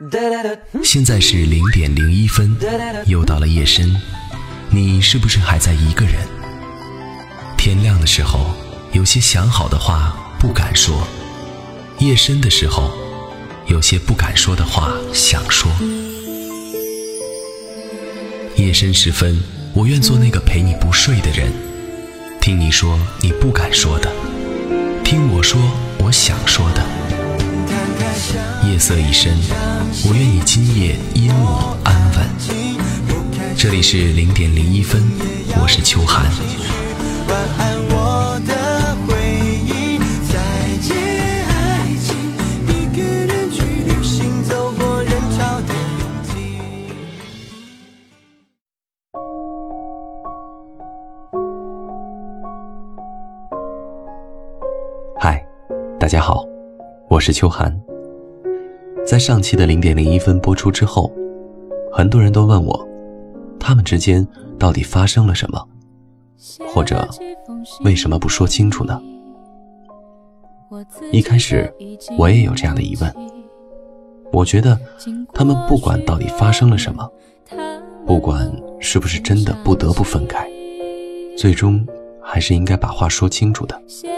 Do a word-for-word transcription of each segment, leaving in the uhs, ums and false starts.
现在是零点零一分，又到了夜深，你是不是还在一个人？天亮的时候，有些想好的话不敢说；夜深的时候，有些不敢说的话想说。夜深时分，我愿做那个陪你不睡的人，听你说你不敢说的，听我说我想说的。夜色已深，我愿你今夜因我安稳。这里是零点零一分，我是秋寒。 晚安我的回忆，再见爱情，一个人去旅行，走过人潮的拥挤。 嗨，大家好，我是秋寒。在上期的零点零一分播出之后，很多人都问我，他们之间到底发生了什么，或者为什么不说清楚呢？一开始我也有这样的疑问，我觉得他们不管到底发生了什么，不管是不是真的不得不分开，最终还是应该把话说清楚的。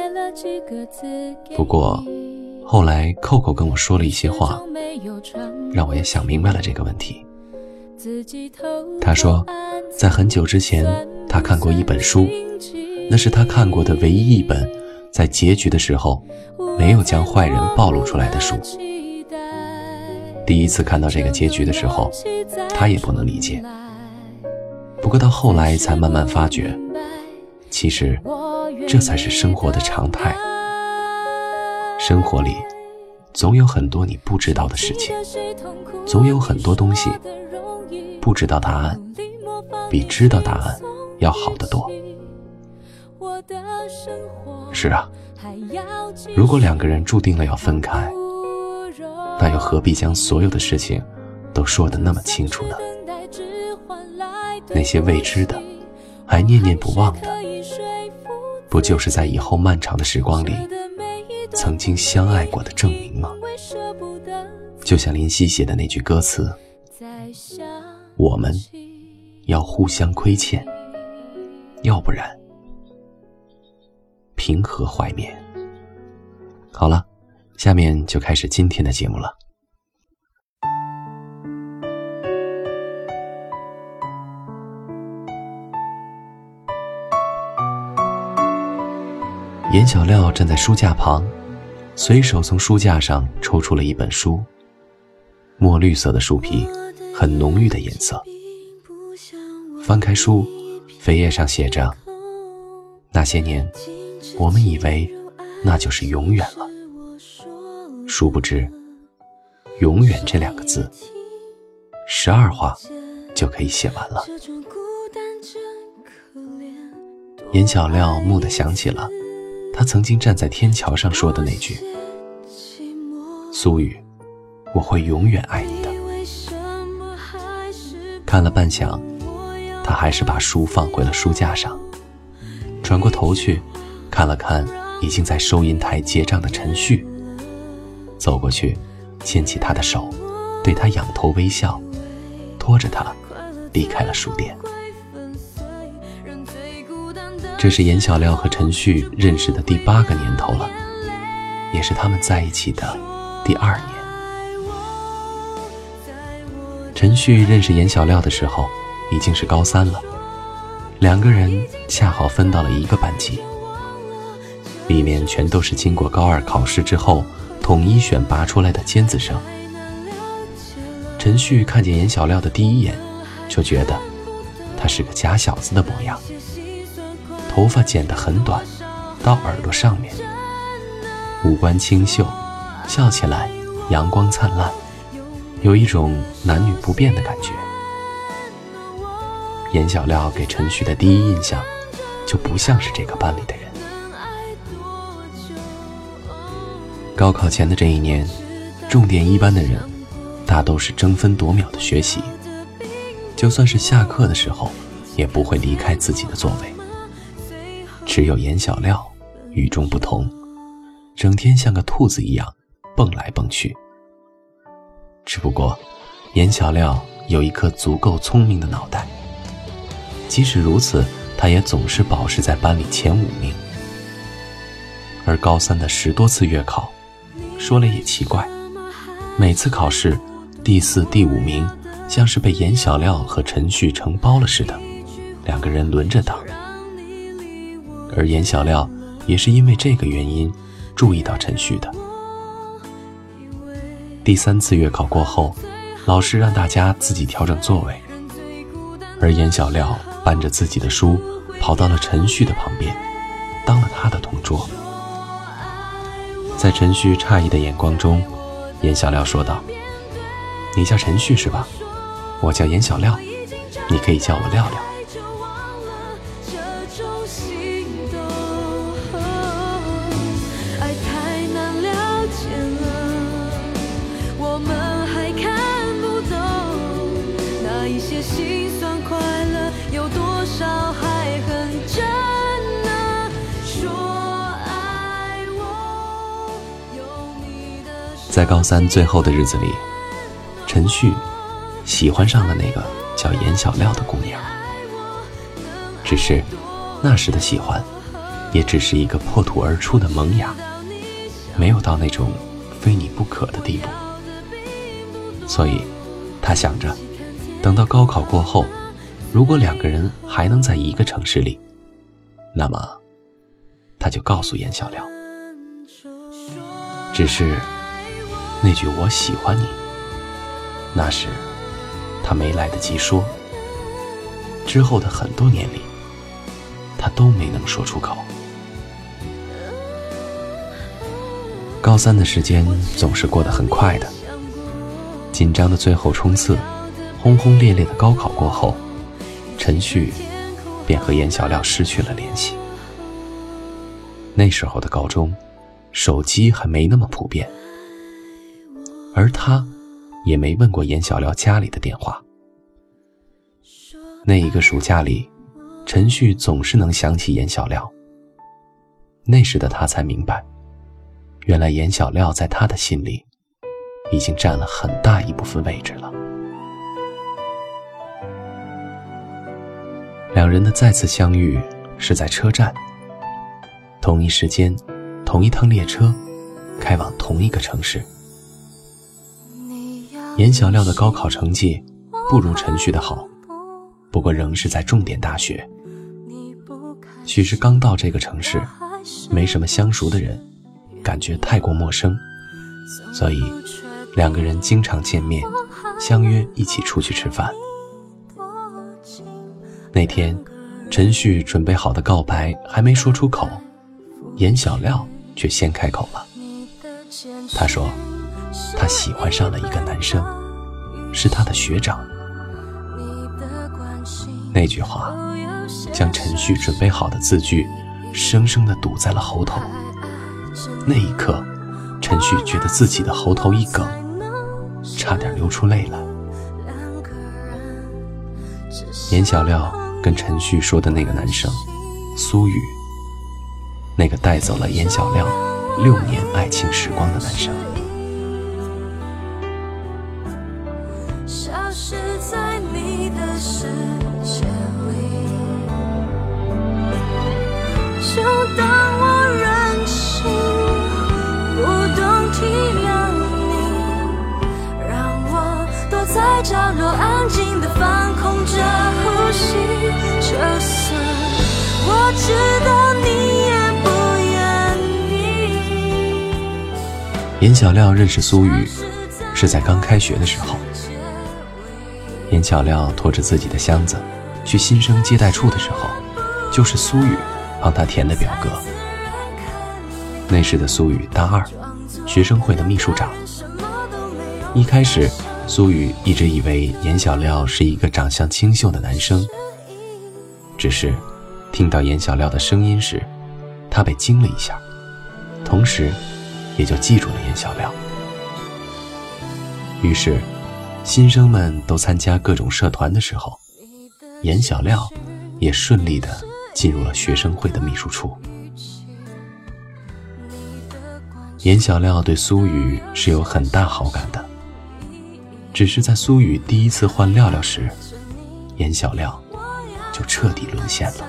不过后来扣扣跟我说了一些话，让我也想明白了这个问题。他说在很久之前他看过一本书，那是他看过的唯一一本在结局的时候没有将坏人暴露出来的书。第一次看到这个结局的时候，他也不能理解，不过到后来才慢慢发觉，其实这才是生活的常态。生活里总有很多你不知道的事情，总有很多东西不知道答案比知道答案要好得多。是啊，如果两个人注定了要分开，那又何必将所有的事情都说得那么清楚呢？那些未知的还念念不忘的，不就是在以后漫长的时光里曾经相爱过的证明吗？就像林夕写的那句歌词，我们要互相亏欠，要不然平和怀缅。好了，下面就开始今天的节目了。严小料站在书架旁，随手从书架上抽出了一本书，墨绿色的书皮，很浓郁的颜色。翻开书，扉页上写着，那些年我们以为那就是永远了，殊不知永远这两个字十二画就可以写完了。严小料蓦地想起了他曾经站在天桥上说的那句，苏雨，我会永远爱你的。看了半晌，他还是把书放回了书架上，转过头去看了看已经在收银台结账的陈旭，走过去牵起他的手，对他仰头微笑，拖着他离开了书店。这是严小料和陈旭认识的第八个年头了，也是他们在一起的第二年。陈旭认识严小料的时候已经是高三了，两个人恰好分到了一个班级，里面全都是经过高二考试之后统一选拔出来的尖子生。陈旭看见严小料的第一眼，就觉得他是个假小子的模样，头发剪得很短，到耳朵上面，五官清秀，笑起来阳光灿烂，有一种男女不变的感觉。严小料给陈旭的第一印象就不像是这个班里的人。高考前的这一年，重点一班的人大都是争分夺秒的学习，就算是下课的时候也不会离开自己的座位。只有严小料与众不同，整天像个兔子一样蹦来蹦去。 只不过严小廖有一颗足够聪明的脑袋，即使如此，他也总是保持在班里前五名。而高三的十多次月考，说了也奇怪，每次考试第四、第五名像是被严小廖和陈旭承包了似的，两个人轮着当。而严小廖也是因为这个原因注意到陈旭的。第三次月考过后，老师让大家自己调整座位，而严小廖搬着自己的书跑到了陈旭的旁边，当了他的同桌。在陈旭诧异的眼光中，严小廖说道：“你叫陈旭是吧？我叫严小廖，你可以叫我廖廖。”在高三最后的日子里，陈旭喜欢上了那个叫严小廖的姑娘。只是那时的喜欢也只是一个破土而出的萌芽，没有到那种非你不可的地步。所以他想着，等到高考过后，如果两个人还能在一个城市里，那么他就告诉严小廖。只是那句我喜欢你，那时他没来得及说，之后的很多年里他都没能说出口。高三的时间总是过得很快的，紧张的最后冲刺，轰轰烈烈的高考过后，陈旭便和严小廖失去了联系。那时候的高中，手机还没那么普遍，而他也没问过严小廖家里的电话。那一个暑假里，陈旭总是能想起严小廖。那时的他才明白，原来严小廖在他的心里已经占了很大一部分位置了。两人的再次相遇是在车站，同一时间，同一趟列车，开往同一个城市。严小廖的高考成绩不如陈旭的好，不过仍是在重点大学。许是刚到这个城市，没什么相熟的人，感觉太过陌生，所以两个人经常见面，相约一起出去吃饭。那天，陈旭准备好的告白还没说出口，严小廖却先开口了。他说他喜欢上了一个男生，是他的学长。那句话将陈旭准备好的字句生生地堵在了喉头。那一刻，陈旭觉得自己的喉头一梗，差点流出泪来。严小廖跟陈旭说的那个男生苏雨，那个带走了严小廖六年爱情时光的男生。 消失在你的世界里，就当我任性，不懂体谅你，让我躲在角落安静地放空着呼吸。就算我知道你也不愿意。 严小廖认识苏雨是在刚开学的时候。严小廖拖着自己的箱子去新生接待处的时候，就是苏雨帮他填的表格。那时的苏雨大二，学生会的秘书长。一开始苏雨一直以为严小廖是一个长相清秀的男生，只是听到严小廖的声音时，他被惊了一下，同时也就记住了严小廖。于是新生们都参加各种社团的时候，严小廖也顺利地进入了学生会的秘书处。严小廖对苏雨是有很大好感的， 只是在苏雨第一次换料料时，严小料就彻底沦陷了。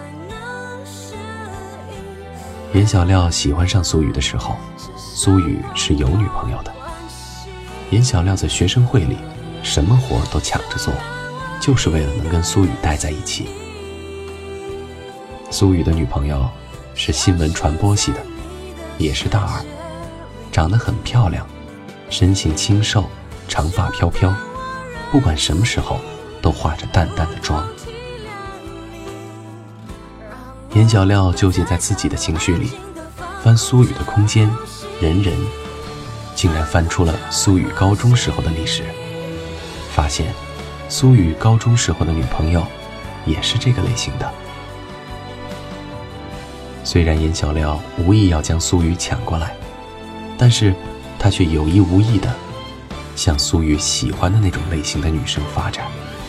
严小料喜欢上苏雨的时候，苏雨是有女朋友的。严小料在学生会里什么活都抢着做，就是为了能跟苏雨待在一起。苏雨的女朋友是新闻传播系的，也是大二，长得很漂亮，身形清瘦，长发飘飘，不管什么时候都化着淡淡的妆。严小料纠结在自己的情绪里，翻苏雨的空间，人人竟然翻出了苏雨高中时候的历史，发现苏雨高中时候的女朋友也是这个类型的。虽然严小料无意要将苏雨抢过来，但是他却有意无意地向苏雨喜欢的那种类型的女生发展。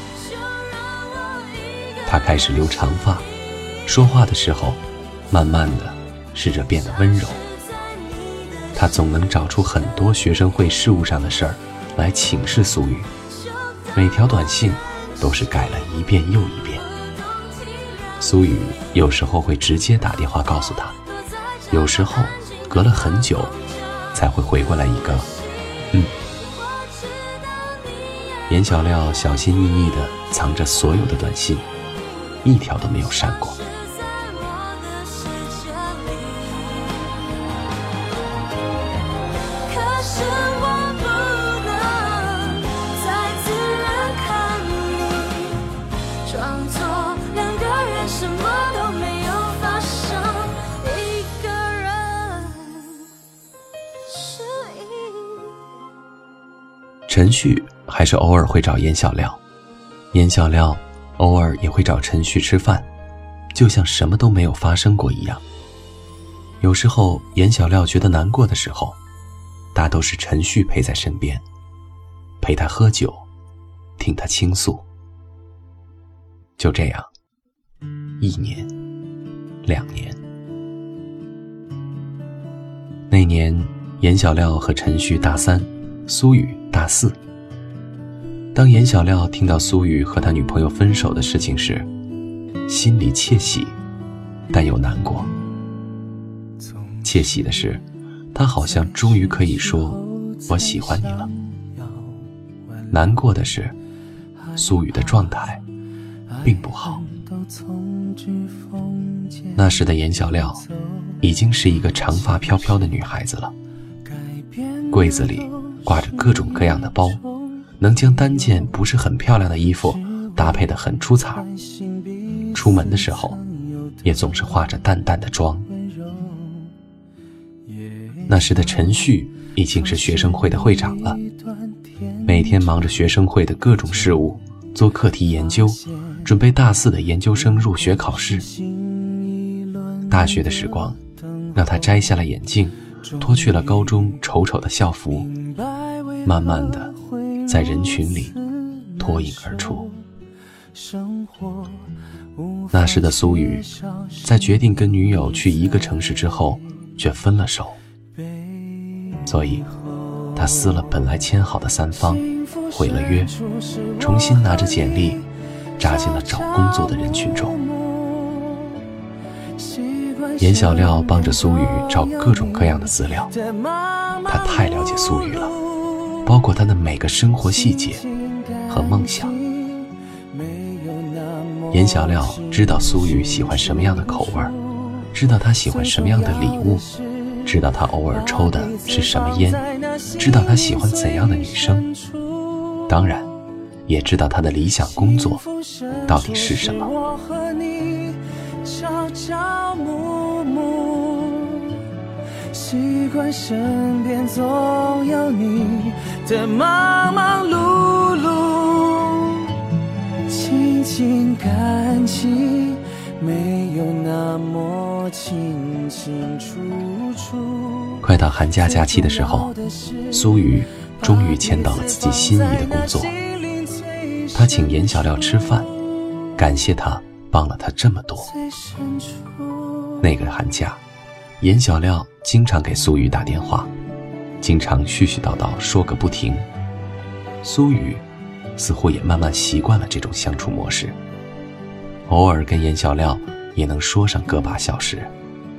他开始留长发，说话的时候慢慢的试着变得温柔。他总能找出很多学生会事务上的事儿来请示苏雨，每条短信都是改了一遍又一遍。苏雨有时候会直接打电话告诉他，有时候隔了很久才会回过来一个嗯。严小料小心翼翼地藏着所有的短信，一条都没有删过。陈旭还是偶尔会找严小料，严小料偶尔也会找陈旭吃饭，就像什么都没有发生过一样。有时候严小料觉得难过的时候，大都是陈旭陪在身边，陪他喝酒，听他倾诉。就这样，一年，两年。那年严小料和陈旭大三，苏雨大四。当严小料听到苏雨和他女朋友分手的事情时，心里窃喜，但又难过。窃喜的是，他好像终于可以说我喜欢你了。难过的是，苏雨的状态并不好。那时的严小料已经是一个长发飘飘的女孩子了，柜子里挂着各种各样的包，能将单件不是很漂亮的衣服搭配得很出彩，出门的时候也总是化着淡淡的妆。那时的陈旭已经是学生会的会长了，每天忙着学生会的各种事务，做课题研究，准备大四的研究生入学考试。大学的时光让他摘下了眼镜，脱去了高中丑丑的校服，慢慢的在人群里脱颖而出。那时的苏雨在决定跟女友去一个城市之后却分了手，所以他撕了本来签好的三方，毁了约，重新拿着简历扎进了找工作的人群中。严小料帮着苏雨找各种各样的资料，他太了解苏雨了，包括他的每个生活细节和梦想。严小料知道苏雨喜欢什么样的口味，知道他喜欢什么样的礼物，知道他偶尔抽的是什么烟，知道他喜欢怎样的女生，当然也知道他的理想工作到底是什么。 习惯身边总有你的忙忙碌碌，亲近感情没有那么清清楚楚。 快到寒假假期的时候，苏雨终于签到了自己心仪的工作。他请严小料吃饭，感谢他帮了他这么多。那个寒假，严小料经常给苏雨打电话，经常絮絮叨叨说个不停。苏雨似乎也慢慢习惯了这种相处模式，偶尔跟严小料也能说上个把小时。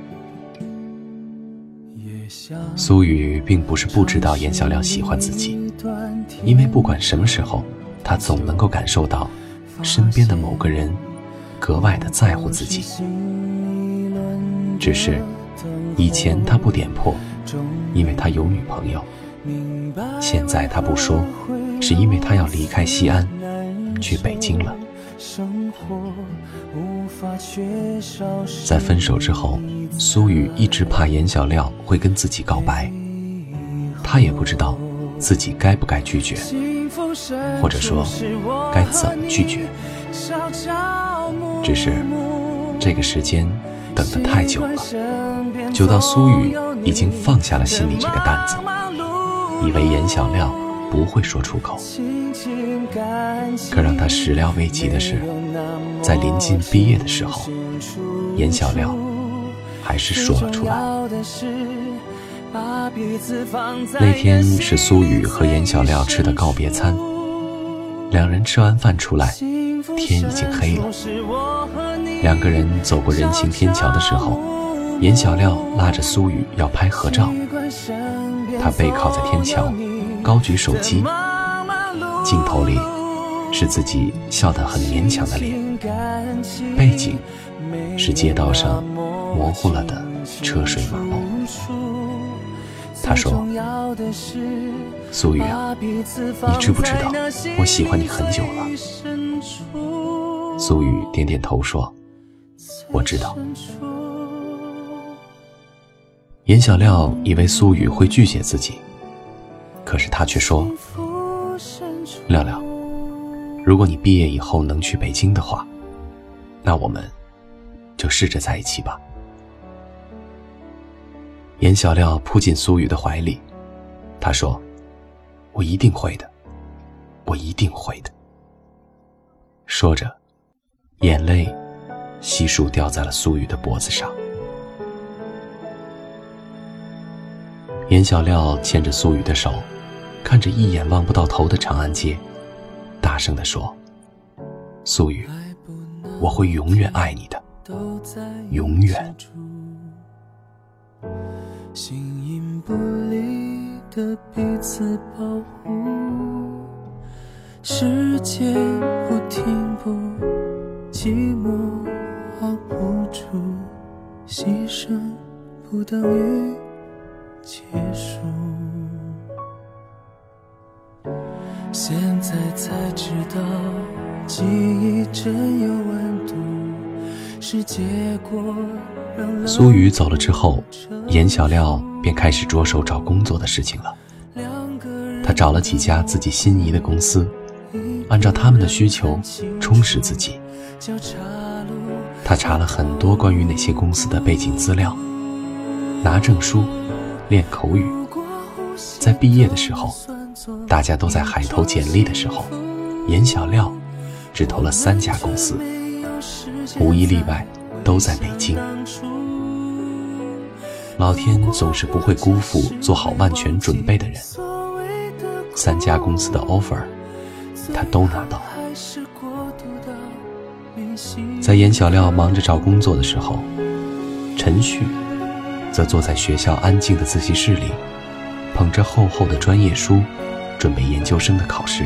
苏雨并不是不知道严小料喜欢自己，因为不管什么时候，他总能够感受到身边的某个人格外的在乎自己。只是以前他不点破，因为他有女朋友，现在他不说，是因为他要离开西安去北京了。在分手之后，苏雨一直怕严小料会跟自己告白，他也不知道自己该不该拒绝，或者说该怎么拒绝。只是这个时间等得太久了，久到苏雨已经放下了心里这个担子，以为严小料不会说出口。可让他始料未及的是，在临近毕业的时候，严小料还是说了出来。那天是苏雨和严小料吃的告别餐，两人吃完饭出来，天已经黑了。两个人走过人行天桥的时候，严小料拉着苏雨要拍合照，他背靠在天桥，高举手机，镜头里是自己笑得很勉强的脸，背景是街道上模糊了的车水马龙。他说：苏雨啊，你知不知道我喜欢你很久了？苏雨点点头说：我知道。严小料以为苏雨会拒绝自己，可是他却说：料料，如果你毕业以后能去北京的话，那我们就试着在一起吧。严小料扑进苏雨的怀里，他说：我一定会的，我一定会的。说着，眼泪悉数掉在了苏雨的脖子上。严小料牵着苏雨的手，看着一眼望不到头的长安街，大声地说：苏雨，我会永远爱你的，永远。 形影不离的彼此保护，时间不停步，寂寞熬不住，牺牲不等于结束。现在才知道，记忆真有温度，是结果。 苏雨走了之后，严小料便开始着手找工作的事情了。他找了几家自己心仪的公司，按照他们的需求充实自己。他查了很多关于那些公司的背景资料，拿证书，练口语。在毕业的时候，大家都在海投简历的时候，严小料只投了三家公司，无一例外都在北京。老天总是不会辜负做好万全准备的人，三家公司的 offer 他都拿到了。在严小料忙着找工作的时候，陈旭则坐在学校安静的自习室里，捧着厚厚的专业书，准备研究生的考试。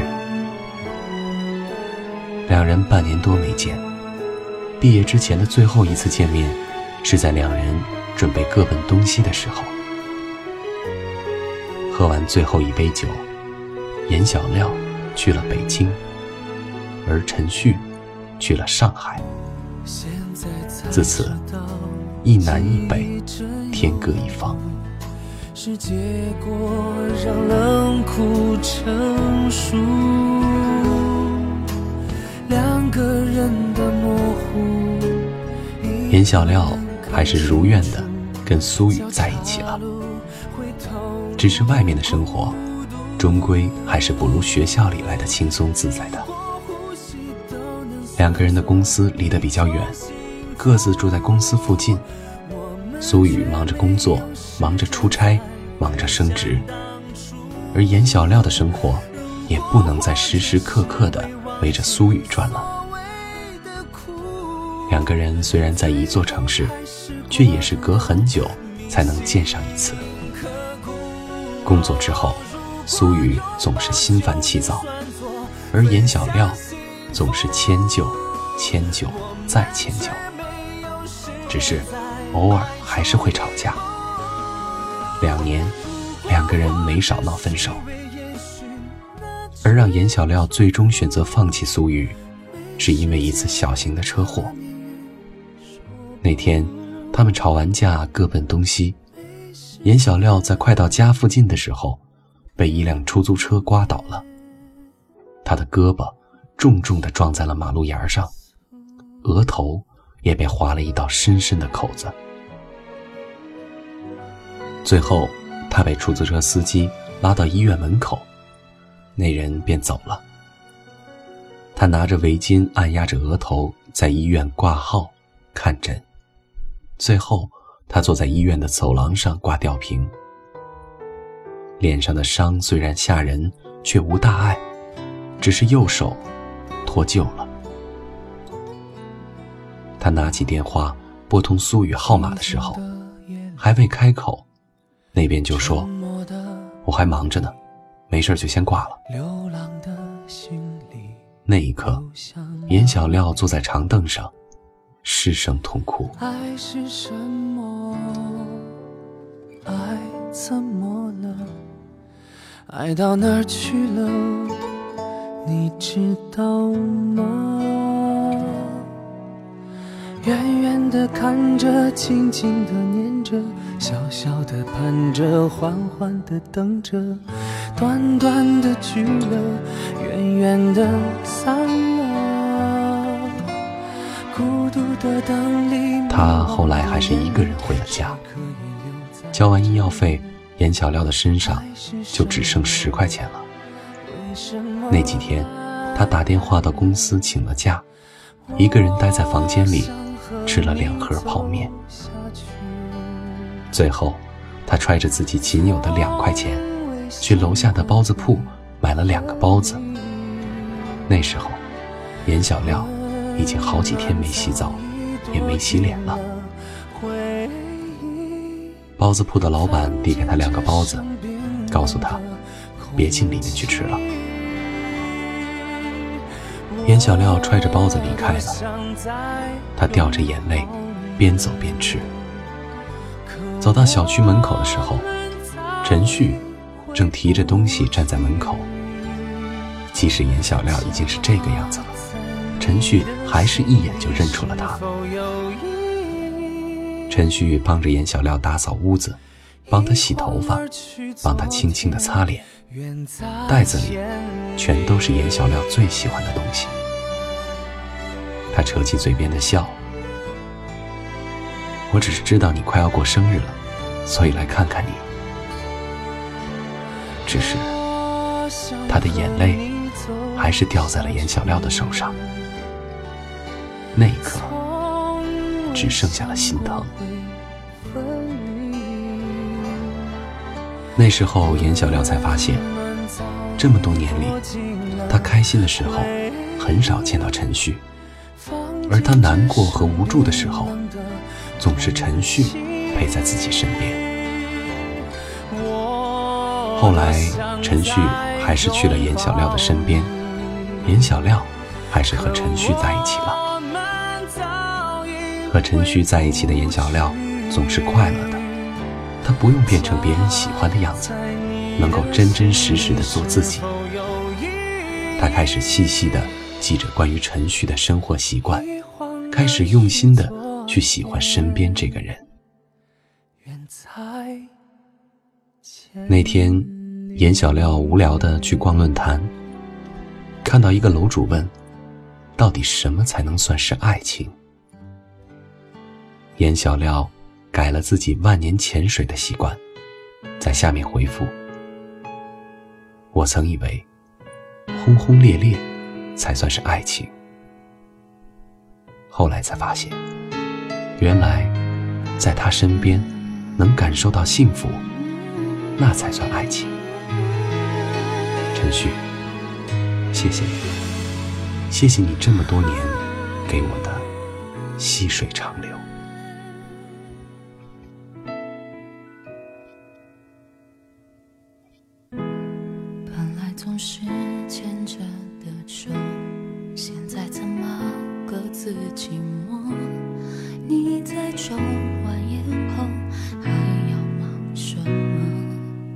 两人半年多没见，毕业之前的最后一次见面是在两人准备各奔东西的时候。喝完最后一杯酒，严小料去了北京，而陈旭去了上海。自此一南一北，天各一方。 是结果让冷酷成熟，两个人的模糊。 严小料还是如愿的跟苏雨在一起了，只是外面的生活终归还是不如学校里来的轻松自在的。两个人的公司离得比较远，各自住在公司附近。苏雨忙着工作，忙着出差，忙着升职，而严小料的生活也不能再时时刻刻地围着苏雨转了。两个人虽然在一座城市，却也是隔很久才能见上一次。工作之后，苏雨总是心烦气躁，而严小料总是迁就迁就再迁就，只是偶尔还是会吵架。两年，两个人没少闹分手。而让严小料最终选择放弃苏雨，是因为一次小型的车祸。那天他们吵完架各奔东西，严小料在快到家附近的时候被一辆出租车刮倒了，他的胳膊重重地撞在了马路沿上，额头也被划了一道深深的口子。最后他被出租车司机拉到医院门口，那人便走了。他拿着围巾按压着额头，在医院挂号看诊。最后他坐在医院的走廊上挂吊瓶，脸上的伤虽然吓人，却无大碍，只是右手脱臼了。他拿起电话拨通苏雨号码的时候，还未开口，那边就说：“我还忙着呢，没事就先挂了。”那一刻，严小料坐在长凳上，失声痛哭。 爱是什么？爱怎么了？爱到哪儿去了？你知道吗？远远地看着，静静地念着，小小地盼着，缓缓地等着，短短的聚了，远远地散了，孤独的等里。 他后来还是一个人回了家，交完医药费，严小料的身上就只剩十块钱了。那几天他打电话到公司请了假，一个人待在房间里吃了两盒泡面。最后他揣着自己仅有的两块钱，去楼下的包子铺买了两个包子。那时候严小料已经好几天没洗澡也没洗脸了。包子铺的老板递给他两个包子，告诉他别进里面去吃了。严小料揣着包子离开了，他掉着眼泪边走边吃。走到小区门口的时候，陈旭正提着东西站在门口。即使严小料已经是这个样子了，陈旭还是一眼就认出了他。陈旭帮着严小料打扫屋子，帮他洗头发，帮他轻轻地擦脸，袋子里全都是严小料最喜欢的东西。他扯起嘴边的笑，我只是知道你快要过生日了，所以来看看你。只是他的眼泪还是掉在了严小料的手上，那一刻只剩下了心疼。那时候严小料才发现，这么多年里他开心的时候很少见到陈旭，而他难过和无助的时候总是陈旭陪在自己身边。后来陈旭还是去了严小料的身边，严小料还是和陈旭在一起了。和陈旭在一起的严小料总是快乐的，他不用变成别人喜欢的样子，能够真真实实的做自己。他开始细细的记着关于陈旭的生活习惯，开始用心的去喜欢身边这个人。那天严小料无聊的去逛论坛，看到一个楼主问，到底什么才能算是爱情？严小料改了自己万年潜水的习惯，在下面回复：我曾以为轰轰烈烈才算是爱情，后来才发现，原来在他身边能感受到幸福，那才算爱情。陈旭， 谢谢你，谢谢你这么多年给我的细水长流。 本来总是牵着的手，现在怎么各自寂寞？你在抽完烟后还要忙什么？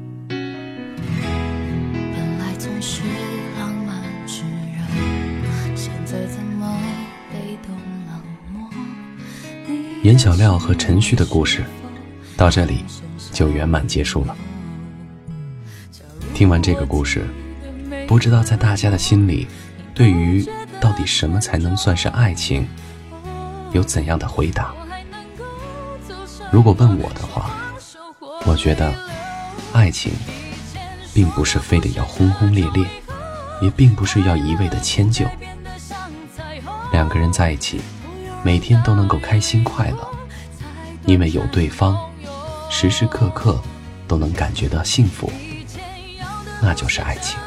本来总是浪漫炙热，现在怎么被动冷漠？ 严小料和陈旭的故事到这里就圆满结束了。听完这个故事，不知道在大家的心里，对于到底什么才能算是爱情，有怎样的回答？如果问我的话，我觉得爱情并不是非得要轰轰烈烈，也并不是要一味的迁就。两个人在一起，每天都能够开心快乐，因为有对方，时时刻刻都能感觉到幸福，那就是爱情。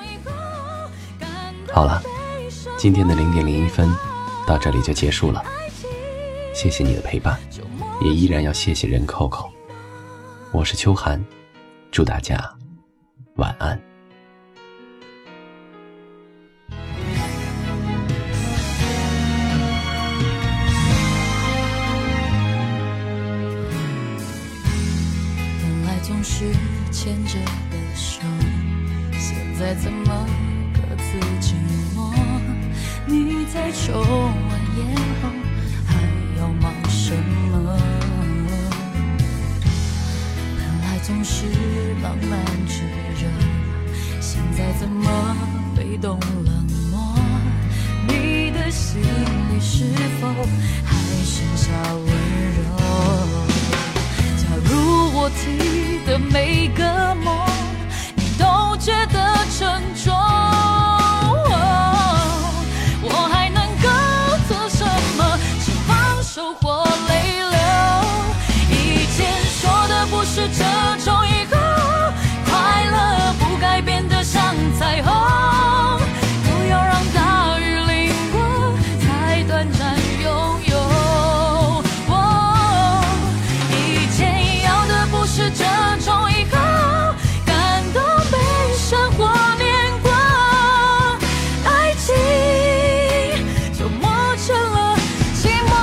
好了，今天的零点零一分到这里就结束了，谢谢你的陪伴，也依然要谢谢人扣扣。我是秋寒，祝大家晚安。 本来总是牵着的手，现在怎么各自寂寞？你在抽完烟后还要忙什么？本来总是浪漫炙热，现在怎么被动冷漠？你的心里是否还剩下温柔？假如我提的每个梦你都觉得沉重，我还能够做什么？是放手或泪流？以前说的不是这种以后，快乐不该变得像彩虹，都要让大雨淋过才短暂拥有。以前要的不是这种以后，感动悲伤或年过，爱情就磨成了寂寞。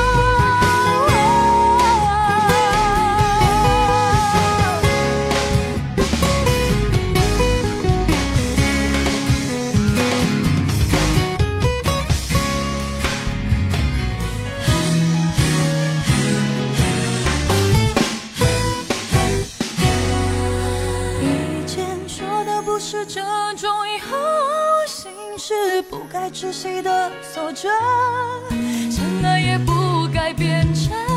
以前说的不是这种以后，心是不该窒息的锁着，真的也不该变成